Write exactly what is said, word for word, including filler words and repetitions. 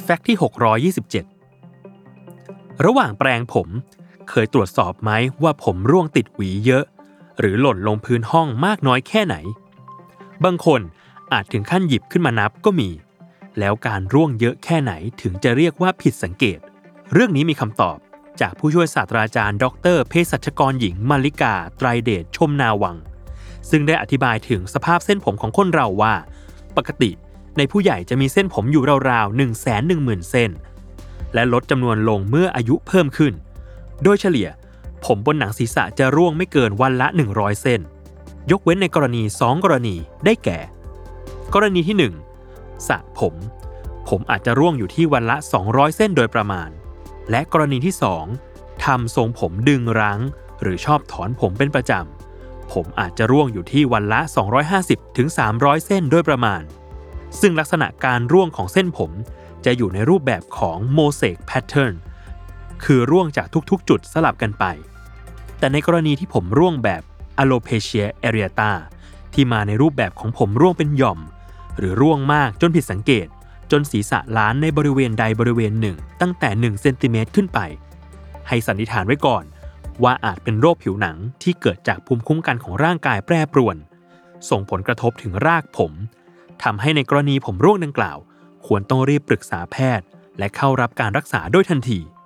ฟกต์ที่หกร้อยยี่สิบเจ็ดระหว่างแปรงผมเคยตรวจสอบไหมว่าผมร่วงติดหวีเยอะหรือหล่นลงพื้นห้องมากน้อยแค่ไหนบางคนอาจถึงขั้นหยิบขึ้นมานับก็มีแล้วการร่วงเยอะแค่ไหนถึงจะเรียกว่าผิดสังเกตเรื่องนี้มีคำตอบจากผู้ช่วยศาสตราจารย์ดรเภสัชกรหญิงมาริกาไตรเดชชมนาวังซึ่งได้อธิบายถึงสภาพเส้นผมของคนเราว่าปกติในผู้ใหญ่จะมีเส้นผมอยู่ราวๆ หนึ่งแสนหนึ่งหมื่น เส้นและลดจำนวนลงเมื่ออายุเพิ่มขึ้นโดยเฉลี่ยผมบนหนังศีรษะจะร่วงไม่เกินวันละหนึ่งร้อยเส้นยกเว้นในกรณีสองกรณีได้แก่กรณีที่หนึ่งสระผมผมอาจจะร่วงอยู่ที่วันละสองร้อยเส้นโดยประมาณและกรณีที่สองทำทรงผมดึงรั้งหรือชอบถอนผมเป็นประจำผมอาจจะร่วงอยู่ที่วันละสองร้อยห้าสิบถึงสามร้อยเส้นโดยประมาณซึ่งลักษณะการร่วงของเส้นผมจะอยู่ในรูปแบบของโมเสกแพทเทิร์นคือร่วงจากทุกๆจุดสลับกันไปแต่ในกรณีที่ผมร่วงแบบ alopecia areata ที่มาในรูปแบบของผมร่วงเป็นหย่อมหรือร่วงมากจนผิดสังเกตจนศีรษะล้านในบริเวณใดบริเวณหนึ่งตั้งแต่หนึ่งเซนติเมตรขึ้นไปให้สันนิษฐานไว้ก่อนว่าอาจเป็นโรคผิวหนังที่เกิดจากภูมิคุ้มกันของร่างกายแปรปรวนส่งผลกระทบถึงรากผมทำให้ในกรณีผมร่วงดังกล่าวควรต้องรีบปรึกษาแพทย์และเข้ารับการรักษาโดยทันที